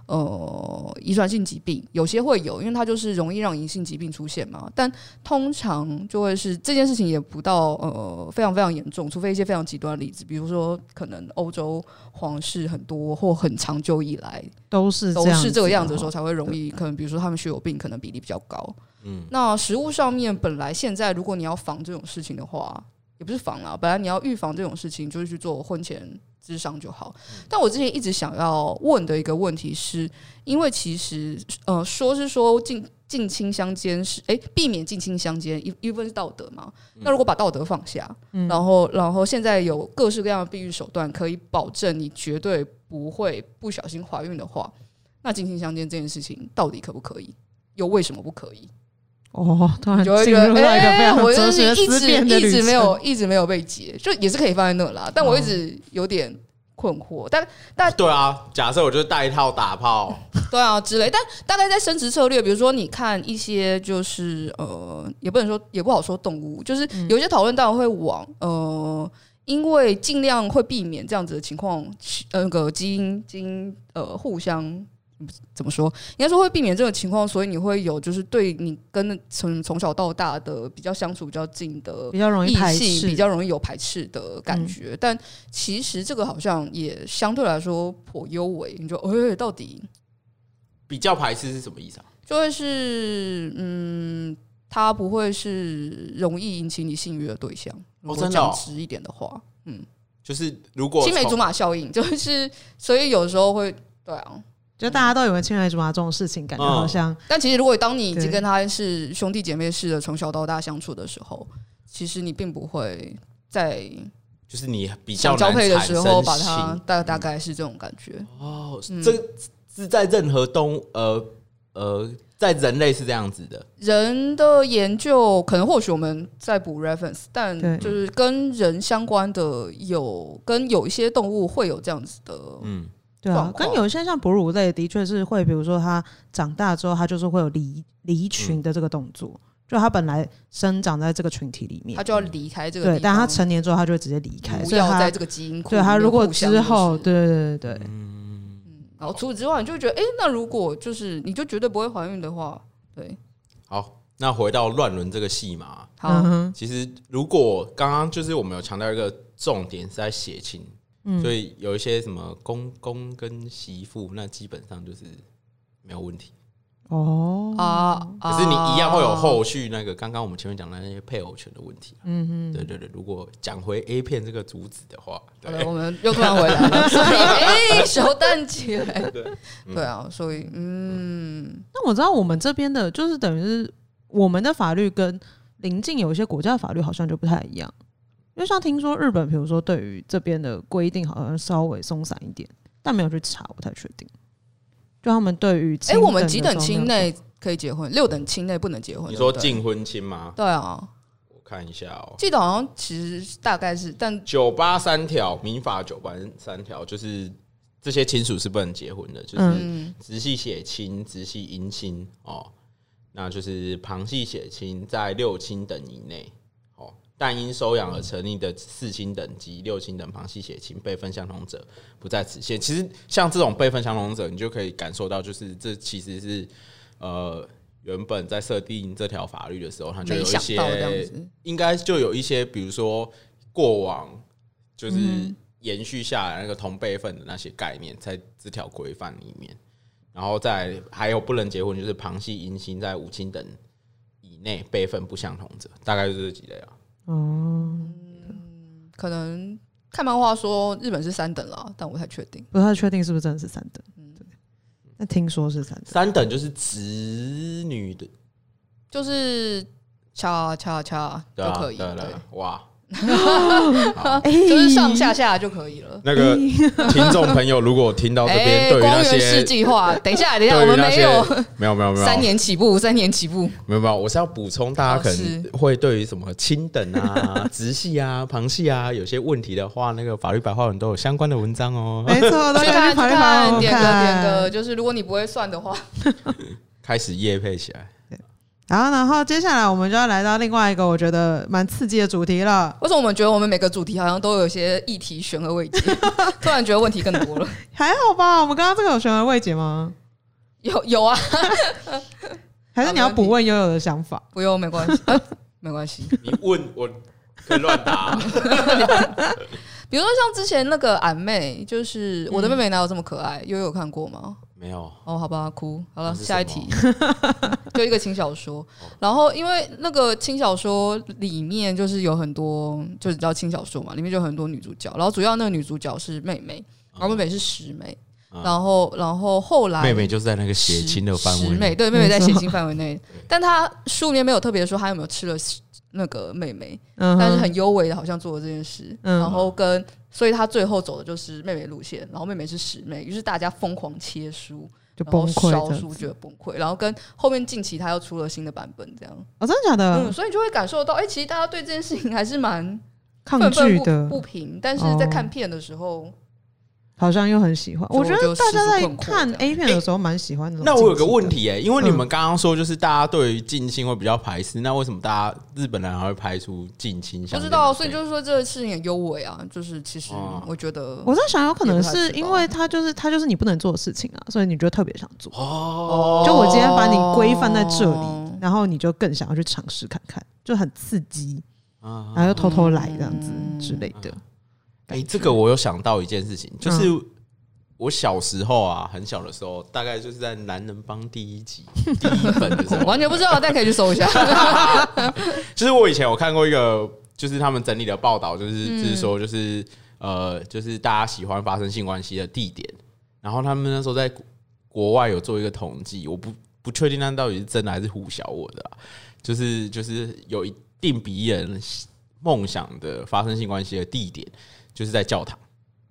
遗传性疾病，有些会有，因为它就是容易让隐性疾病出现嘛。但通常就会是这件事情也不到非常非常严重，除非一些非常极端的例子，比如说可能欧洲皇室很多或很长久以来都是这个样子的时候，才会容易可能比如说他们血友病可能比例比较高。那食物上面本来现在如果你要防这种事情的话，也不是防啦，本来你要预防这种事情，就是去做婚前諮商就好。但我之前一直想要问的一个问题是，因为其实说近亲相奸是避免近亲相奸，一部分是道德嘛。那如果把道德放下，然后现在有各式各样的避孕手段，可以保证你绝对不会不小心怀孕的话，那近亲相奸这件事情到底可不可以？又为什么不可以？ 突然进入到一个非常哲学思辨的旅程， 一直没有被解，就也是可以放在那啦，但我一直有点困惑。但对啊，假设我就带套打炮， 对啊之类，但大概在生殖策略，比如说你看一些就是也不能说也不好说动物，就是有一些讨论当然会往因为尽量会避免这样子的情况，那个基因互相。怎么说？应该说会避免这个情况，所以你会有就是对你跟从小到大的比较相处比较近的比较容易排斥， 比较容易有排斥的感觉。但其实这个好像也相对来说颇优微。你就到底比较排斥是什么意思啊？ 就会是它不会是容易引起你性欲的对象。如果讲直一点的话， 就是如果青梅竹马效应，就是所以有时候会对啊。 就大家都以为青梅竹马这种事情感觉好像， 但其实如果当你已经跟他是兄弟姐妹式的从小到大相处的时候，其实你并不会在就是你比较交配的时候把它大概是这种感觉。 这是在任何动物在人类是这样子的。 人的研究可能或许我们在补 reference， 但就是跟人相关的跟有一些动物会有这样子的对啊，跟有一些像哺乳类的确是会，比如说它长大之后，它就是会有离群的这个动作，就它本来生长在这个群体里面， 它就要离开这个地方。 对，但它成年之后，它就会直接离开， 不要在这个基因库。 对，它如果之后，对， 然后除此之外，你就会觉得，那如果就是你就绝对不会怀孕的话，对。 好，那回到乱伦这个戏嘛， 好， 其实如果刚刚就是我们有强调一个重点是在血亲。所以有一些什么公跟媳妇，那基本上就是没有问题可是你一样会有后续那个刚刚我们前面讲的那些配偶权的问题。对，如果讲回 A 片这个主旨的话，对， 我们又突然回来了，所以小蛋起来，对啊，所以那我知道我们这边的就是等于是我们的法律跟邻近有一些国家的法律好像就不太一样。因为像听说日本，比如说对于这边的规定好像稍微松散一点，但没有去查，不太确定。就他们对于我们几等亲内可以结婚，6等亲内不能结婚。 你说近婚亲吗？ 对啊， 我看一下记得好像其实大概是，但 983条民法983条就是这些亲属是不能结婚的，就是直系血亲、直系姻亲那就是旁系血亲在6亲等以内。但因收养而成立的4亲等及6亲等旁系血亲辈分相同者不在此限。其实像这种辈分相同者，你就可以感受到，就是这其实是原本在设定这条法律的时候，它就有一些应该就有一些，比如说过往就是延续下来那个同辈分的那些概念，在这条规范里面。然后再还有不能结婚，就是旁系姻亲在5亲等以内辈分不相同者，大概就是这几类啊。 可能看漫画说日本是3等啦，但我不太确定， 不太确定是不是真的是3等。对，那听说是3等。 3等就是子女的， 就是恰就可以。对， 哇。 就是上下就可以了。 那个听众朋友，如果听到这边，对于那些光源式计划，等一下，我们没有 3 年起步， 没有，我是要补充，大家可能会对于什么亲等啊、直系啊、旁系啊有些问题的话，那个法律白话文都有相关的文章哦。 没错， 去看点个，就是如果你不会算的话， 开始业配起来。 好，然后接下来我们就要来到另外一个我觉得蛮刺激的主题了。 为什么我们觉得我们每个主题好像都有一些议题悬而未决？突然觉得问题更多了。 还好吧？我们刚刚这个有悬而未决吗？ 有啊， 还是你要补问悠悠的想法？ 不用，没关系，没关系。 你问我可以乱答。 比如说像之前那个俺妹，就是我的妹妹哪有这么可爱？悠悠有看过吗？ 没有哦，好吧，哭好了，下一题，就一个轻小说。然后因为那个轻小说里面就是有很多，就是你知道轻小说嘛，里面就有很多女主角，然后主要那个女主角是妹妹，然后妹妹是师妹，然后后来妹妹就是在那个血亲的范围内， 师妹对，妹妹在血亲范围内，但她书里面没有特别说她有没有吃了那个妹妹，但是很幽微的好像做了这件事，然后所以他最后走的就是妹妹路线，然后妹妹是师妹，于是大家疯狂切书， 就崩溃， 烧书觉得崩溃，然后跟后面近期他又出了新的版本，这样哦，真的假的？ 所以你就会感受到，其实大家对这件事情还是蛮抗拒的， 不平，但是在看片的时候。 好像又很喜欢，我觉得大家在看 A 片的时候蛮喜欢的。 那我有个问题因为你们刚刚说就是大家对于近亲会比较排斥，那为什么大家日本人还会拍出近亲？ 不知道，所以就是说这个事情很优美啊，就是其实我觉得我在想，有可能是因为它就是你不能做的事情啊，所以你就特别想做。就我今天把你规范在这里，然后你就更想要去尝试看看，就很刺激，然后又偷偷来这样子之类的。 这个我有想到一件事情，就是我小时候啊，很小的时候，大概就是在《男人帮》第一集第一本的时候， 完全不知道，但可以去搜一下。 就是我以前有看过一个，就是他们整理的报道，就是说，就是大家喜欢发生性关系的地点，然后他们那时候在国外有做一个统计，我不确定那到底是真的还是唬小我的就是有一定比例人梦想的发生性关系的地点。就是在教堂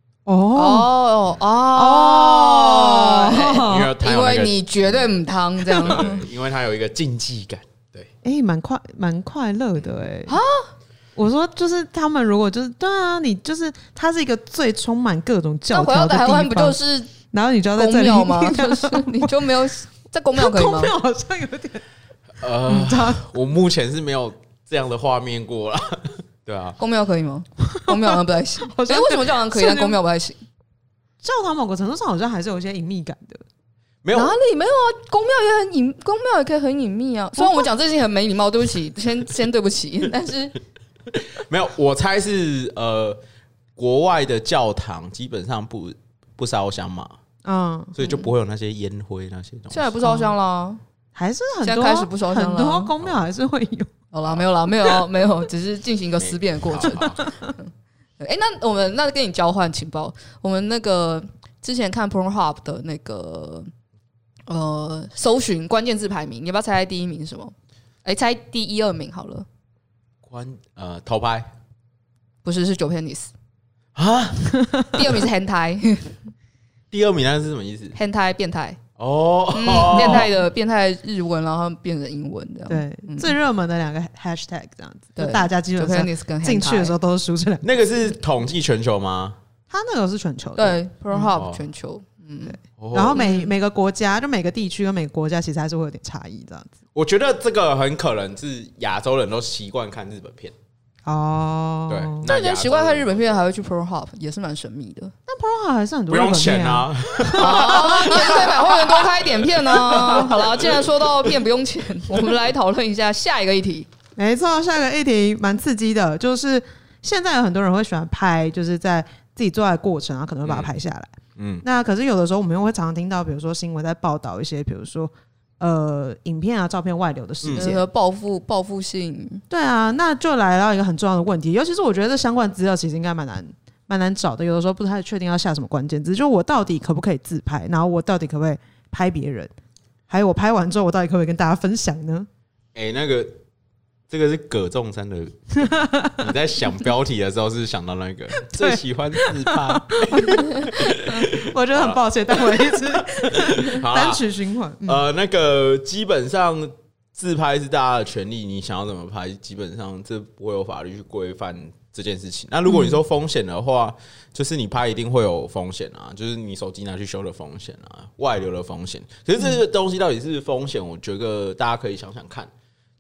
因为你绝对母汤这样， 因为它有一个竞技感，对， 蛮快乐的我说就是他们如果就是对啊，你就是它是一个最充满各种教条的地方， 回到台湾不就是， 然后你就要在这里吗？就是你就没有在公庙可以吗？ 公庙好像有点我目前是没有这样的画面过啦。对啊， 公庙可以吗？公庙好像不太行。为什么教堂可以，但公庙不太行？ 教堂某个程度上好像还是有一些隐秘感的。 没有哪里没有啊？公庙也很隐，公庙也可以很隐秘啊。虽然我们讲这件事情很没礼貌，对不起，先对不起，但是没有。我猜是国外的教堂基本上不烧香嘛，所以就不会有那些烟灰那些东西。 现在不烧香啦，还是很多现在开始不烧香了， 很多公庙还是会有。 好啦，没有，只是进行一个思辨的过程。那我们跟你交换情报，我们那个之前看 Pornhub 的那个搜寻关键字排名，你要不要猜第一名是什么？猜第一二名好了。 偷拍不是，是9penis 啊。 第二名是 hentai。 第二名那是什么意思 ？hentai 变态。变态日文，然后变成英文这样。 对，最热门的2个 hashtag 这样子，就大家基本上进去的时候都是输这2个。 那个是统计全球吗？ 他那个是全球的， 对 ，Pornhub 全球。 然后每个国家，就每个地区跟每个国家，其实还是会有点差异这样子。 我觉得这个很可能是亚洲人都习惯看日本片。对， 那人习惯看日本片，还会去 Pornhub， 也是蛮神秘的。 但 Pornhub 还是很多不用钱啊， 你也是可以买会员多开一点片啊。好了，既然说到片不用钱，我们来讨论一下下一个议题。 没错，下一个议题蛮刺激的，就是现在有很多人会喜欢拍，就是在自己做爱的过程，然后可能会把它拍下来。那可是有的时候我们又会常常听到，比如说新闻在报道一些，比如说。影片啊、照片外流的事件， 报复性， 对啊，那就来到一个很重要的问题，尤其是我觉得这相关资料其实应该蛮难找的，有的时候不太确定要下什么关键字，就我到底可不可以自拍，然后我到底可不可以拍别人，还有我拍完之后我到底可不可以跟大家分享呢？ 这个是葛仲山的，你在想标题的时候是想到那个最喜欢自拍， 我觉得很抱歉，但我一直单曲循环。 那个基本上自拍是大家的权利，你想要怎么拍，基本上这不会有法律去规范这件事情。那如果你说风险的话，就是你拍一定会有风险啊，就是你手机拿去修的风险啊，外流的风险。可是这个东西到底是风险，我觉得大家可以想想看。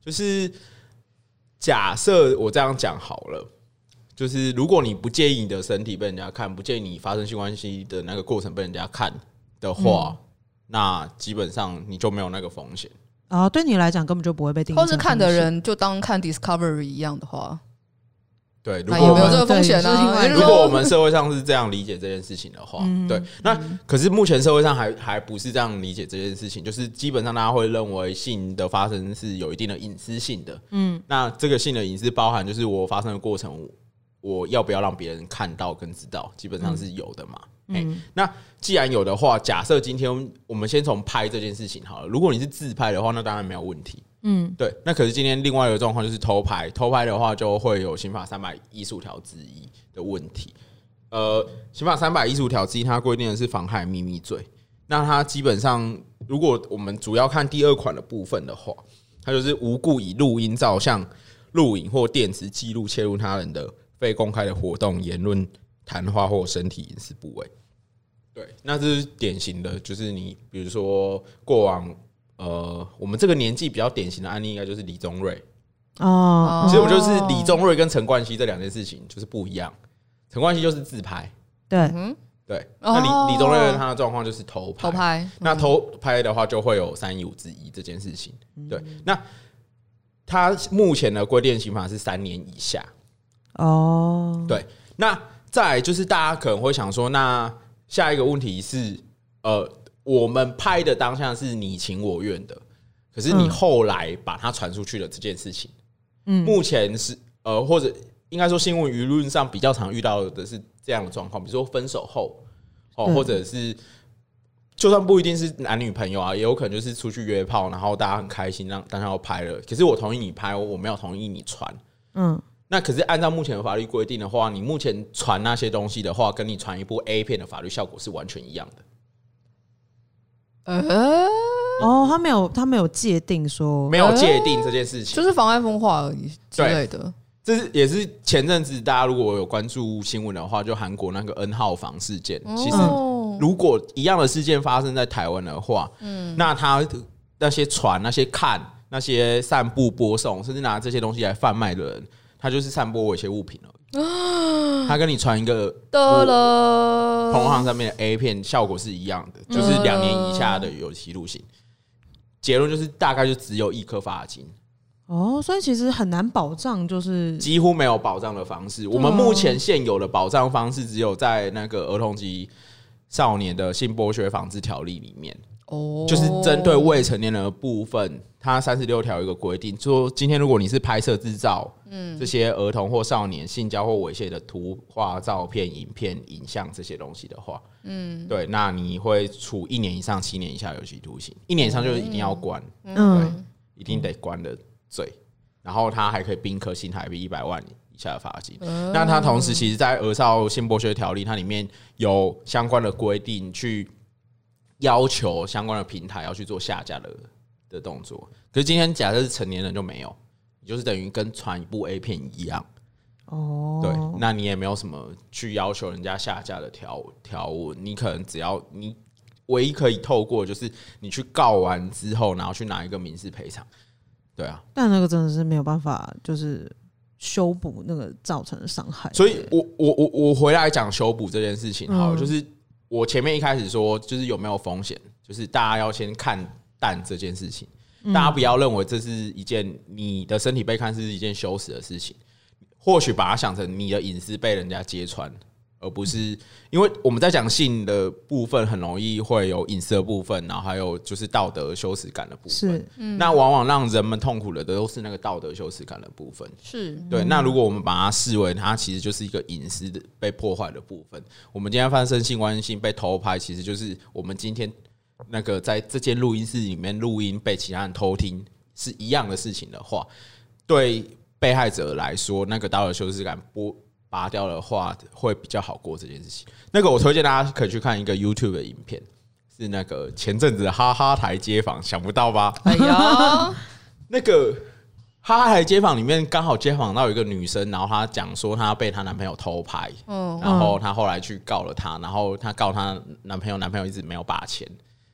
就是假设我这样讲好了，就是如果你不介意你的身体被人家看，不介意你发生性关系的那个过程被人家看的话，那基本上你就没有那个风险。 对你来讲根本就不会被定义成风险， 或是看的人就当看 Discovery 一样的话， 对， 那有没有这个风险啊？ 如果我们社会上是这样理解这件事情的话，对，那可是目前社会上还不是这样理解这件事情，就是基本上大家会认为性的发生是有一定的隐私性的，那这个性的隐私包含就是我发生的过程，我要不要让别人看到跟知道，基本上是有的嘛。那既然有的话，假设今天我们先从拍这件事情好了，如果你是自拍的话，那当然没有问题。对。那可是今天另外一个状况就是偷拍，偷拍的话就会有刑法315条之一的问题。刑法315条之一，它规定的是妨害秘密罪。那它基本上，如果我们主要看第2款的部分的话，它就是无故以录音、照相、录影或电磁记录切入他人的非公开的活动、言论、谈话或身体隐私部位。对，那这是典型的，就是你比如说过往我们这个年纪比较典型的案例，应该就是李宗瑞。其实我就是李宗瑞跟陈冠希这2件事情就是不一样。陈冠希就是自拍， 对， 对。那李宗瑞他的状况就是偷拍，那偷拍的话就会有315之一这件事情。对，那他目前的规定刑罚是3年以下。对。那再来就是大家可能会想说，那下一个问题是，我们拍的当下是你情我愿的，可是你后来把它传出去的这件事情，目前是或者应该说新闻舆论上比较常遇到的是这样的状况，比如说分手后，或者是就算不一定是男女朋友啊，也有可能就是出去约炮，然后大家很开心，让当下要拍了，可是我同意你拍，我没有同意你传，那可是按照目前的法律规定的话，你目前传那些东西的话，跟你传一部 A 片的法律效果是完全一样的。 他没有界定说， 没有界定这件事情， 就是妨碍风化而已之类的。 这也是前阵子大家如果有关注新闻的话，就韩国那个 N 号房事件，其实如果一样的事件发生在台湾的话，那他那些传、那些看、那些散布、播送，甚至拿这些东西来贩卖的人，他就是散播猥亵物品而已。他跟你传一个同行上面的 A 片，效果是一样的，就是2年以下的有期徒刑。结论就是大概就只有1颗罚金。 所以其实很难保障，就是几乎没有保障的方式。我们目前现有的保障方式，只有在那个儿童及少年的性剥削防治条例里面。就是针对未成年人的部分，它36条有一个规定，说今天如果你是拍摄制造这些儿童或少年性交或猥亵的图画、照片、影片、影像这些东西的话，对，那你会处1年以上7年以下有期徒刑，1年以上就是一定要关，对，一定得关的罪，然后他还可以并科新台币100万以下的罚金。那他同时其实，在儿少性剥削条例，它里面有相关的规定去要求相关的平台要去做下架的动作，可是今天假设是成年人就没有，你就是等于跟传一部 A 片一样。对，那你也没有什么去要求人家下架的条文，你可能只要你唯一可以透过就是你去告完之后，然后去拿一个民事赔偿。对啊， 但那个真的是没有办法，就是修补那个造成的伤害。 所以我回来讲修补这件事情，好，就是我前面一开始说，就是有没有风险，就是大家要先看淡这件事情，大家不要认为这是一件你的身体被看是一件羞耻的事情，或许把它想成你的隐私被人家揭穿，而不是因为我们在讲性的部分很容易会有隐私的部分，然后还有就是道德羞耻感的部分，那往往让人们痛苦的都是那个道德羞耻感的部分，是对。那如果我们把它视为它其实就是一个隐私的被破坏的部分，我们今天发生性关系被偷拍，其实就是我们今天那个在这间录音室里面录音被其他人偷听是一样的事情的话，对被害者来说，那个道德羞耻感拔掉的话，会比较好过这件事情。那个我推荐大家可以去看一个 YouTube 的影片，是那个前阵子的哈哈台街访，想不到吧？哎呀，那个哈哈台街访里面刚好街访到一个女生，然后她讲说她被她男朋友偷拍，然后她后来去告了他，然后她告她男朋友，男朋友一直没有把钱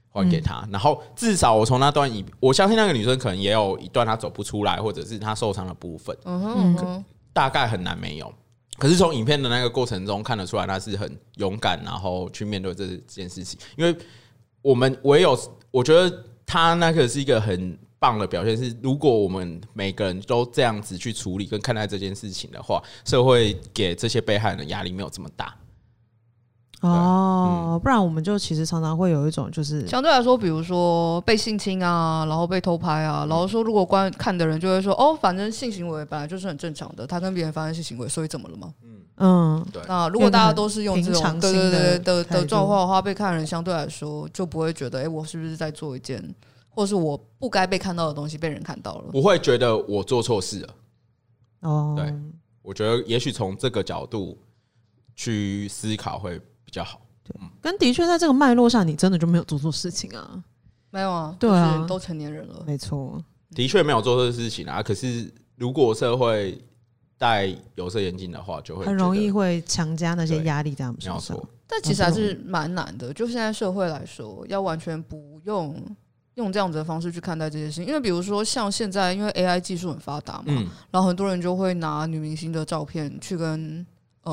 还给他，然后至少我从那段我相信那个女生可能也有一段她走不出来，或者是她受伤的部分，大概很难没有。可是从影片的那个过程中看得出来，她是很勇敢，然后去面对这件事情。因为我觉得她那个是一个很棒的表现，是如果我们每个人都这样子去处理跟看待这件事情的话，社会给这些被害人的压力没有这么大。 不然我们就其实常常会有一种就是相对来说，比如说被性侵啊，然后被偷拍啊，然后说如果看的人就会说，反正性行为本来就是很正常的，他跟别人发生性行为，所以怎么了吗？对。那如果大家都是用这种的状况的话，被看的人相对来说就不会觉得，我是不是在做一件，或是我不该被看到的东西被人看到了， 不会觉得我做错事了。对，我觉得也许从这个角度去思考会比较好。 对，跟的确在这个脉络下，你真的就没有做错事情啊？ 没有啊， 对啊， 就是都成年人了， 没错， 的确没有做错事情啊。可是如果社会戴有色眼镜的话，就会很容易会强加那些压力在他们身上。 但其实还是蛮难的。就现在社会来说，要完全不用这样子的方式去看待这些事情，因为比如说像现在，因为 AI 技术很发达嘛，然后很多人就会拿女明星的照片去跟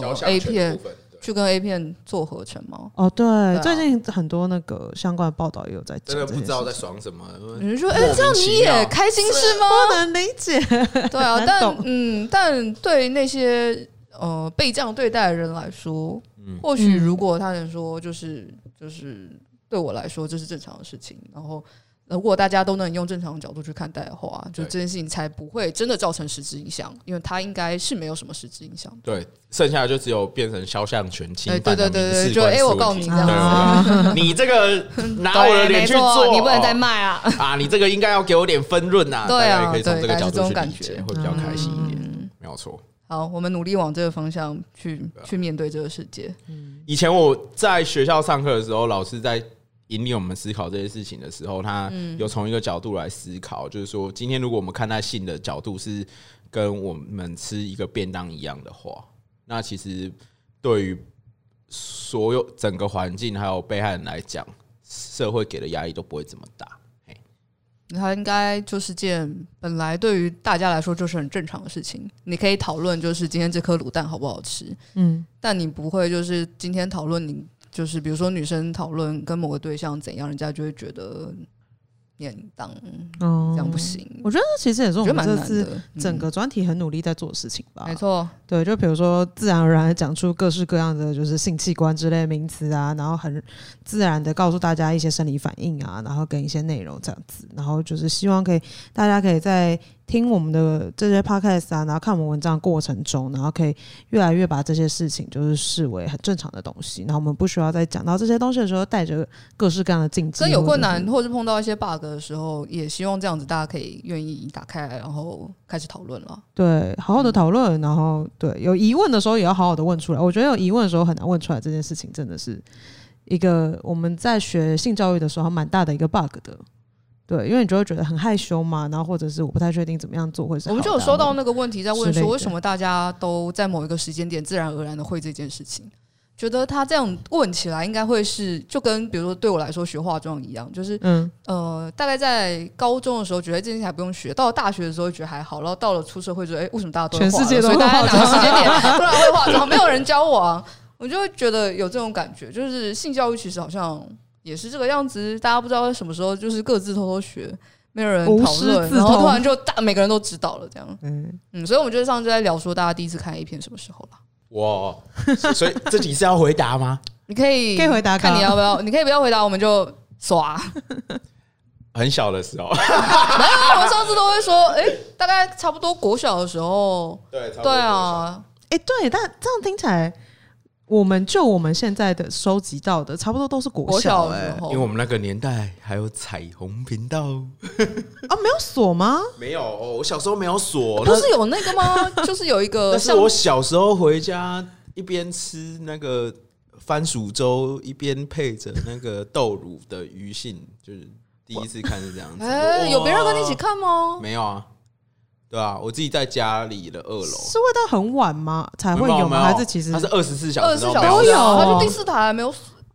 A 片。去跟 A 片做合成吗？ 对，最近很多那个相关的报道也有在讲， 真的不知道在爽什么。 你说，这样你也开心是吗？ 不能理解。 对啊，但对那些被这样对待的人来说，或许如果他能说，就是对我来说这是正常的事情，然后。如果大家都能用正常的角度去看待的话，就这件事情才不会真的造成实质影响，因为它应该是没有什么实质影响。 对，剩下的就只有变成肖像权侵犯的民事就我告你这样子，你这个拿我的脸去做， 你不能再卖啊！ 你这个应该要给我点分润啊！ 对啊， 大家也可以从这个角度去理解，会比较开心一点。没有错。 好，我们努力往这个方向去面对这个世界。 以前我在学校上课的时候，老师在引领我们思考这些事情的时候，他有从一个角度来思考，就是说，今天如果我们看待性的角度是跟我们吃一个便当一样的话，那其实对于所有整个环境还有被害人来讲，社会给的压力都不会这么大。 它应该就是件本来对于大家来说就是很正常的事情。你可以讨论就是今天这颗卤蛋好不好吃，但你不会就是今天讨论你。就是比如说女生讨论跟某个对象怎样，人家就会觉得你很当这样不行。 我觉得其实也是我们这次整个专题很努力在做的事情吧。 没错， 对，就比如说自然而然的讲出各式各样的就是性器官之类的名词啊，然后很自然的告诉大家一些生理反应啊，然后跟一些内容这样子，然后就是希望大家可以在听我们的这些 podcast 啊，然后看我们文章的过程中，然后可以越来越把这些事情就是视为很正常的东西，然后我们不需要在讲到这些东西的时候带着各式各样的禁忌， 跟有困难或是碰到一些 bug 的时候，也希望这样子大家可以愿意打开来，然后开始讨论了。 对，好好的讨论，然后对有疑问的时候也要好好的问出来。我觉得有疑问的时候很难问出来，这件事情真的是一个我们在学性教育的时候蛮大的一个 bug 的。对，因为你就会觉得很害羞嘛，然后或者是我不太确定怎么样做会是好的。 我们就有收到那个问题在问说，为什么大家都在某一个时间点自然而然的会这件事情？觉得他这样问起来应该会是就跟比如说对我来说学化妆一样，就是大概在高中的时候觉得这件事情还不用学，到了大学的时候觉得还好，然后到了出社会觉得为什么大家都会化妆， 全世界都会化妆， 所以大家哪个时间点突然会化妆，没有人教我啊，我就会觉得有这种感觉，就是性教育其实好像也是这个样子，大家不知道什么时候就是各自偷偷学，没有人讨论，然后突然就每个人都知道了这样。所以我们就上次在聊说大家第一次看 A 片什么时候了。 哇，所以这题是要回答吗？ 你可以回答， 看你要不要，你可以不要回答，我们就刷。 很小的时候， 没有，我们上次都会说，大概差不多国小的时候。对啊， 对，但这样听起来。我们现在的收集到的差不多都是国小因为我们那个年代还有彩虹频道没有锁吗？ 没有，我小时候没有锁。 不是有那个吗？就是有一个， 那是我小时候回家一边吃那个番薯粥，一边配着那个豆乳的鱼杏，就是第一次看是这样子。 有别人跟你一起看吗？ 没有啊。对啊，我自己在家里的2楼。 是会到很晚吗？才会有吗？还是其实它是24小时都有？它就第4台没有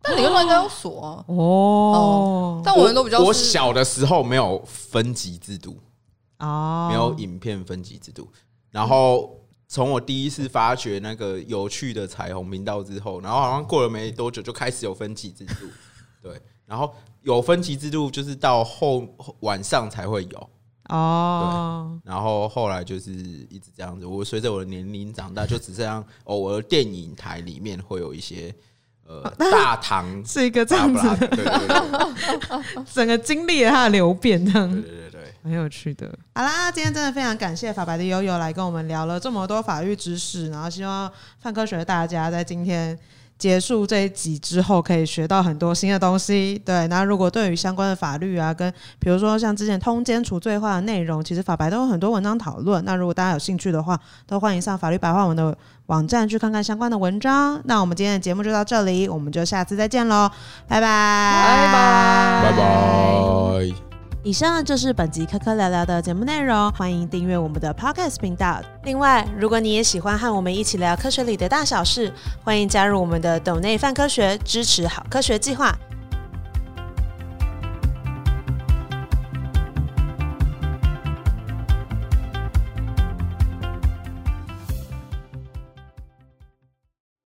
但理论上应该要锁啊。但我们都比较我小的时候没有分级制度没有影片分级制度。然后从我第一次发掘那个有趣的彩虹频道之后，然后好像过了没多久就开始有分级制度，对，然后有分级制度就是到晚上才会有。对，然后后来就是一直这样子。我随着我的年龄长大，就只剩下偶尔电影台里面会有一些大堂是一个这样子的，对，整个经历了它的流变，这样对，很有趣的。好啦，今天真的非常感谢法白的悠悠来跟我们聊了这么多法律知识，然后希望泛科学的大家在今天结束这一集之后可以学到很多新的东西。对，那如果对于相关的法律啊，跟比如说像之前通奸除罪化的内容，其实法白都有很多文章讨论。那如果大家有兴趣的话，都欢迎上法律白话文的网站去看看相关的文章。那我们今天的节目就到这里，我们就下次再见咯，拜拜， 拜拜。 以上就是本集科科聊聊的节目内容，欢迎订阅我们的 Podcast 频道。另外，如果你也喜欢和我们一起聊科学里的大小事，欢迎加入我们的斗内泛科学支持好科学计划。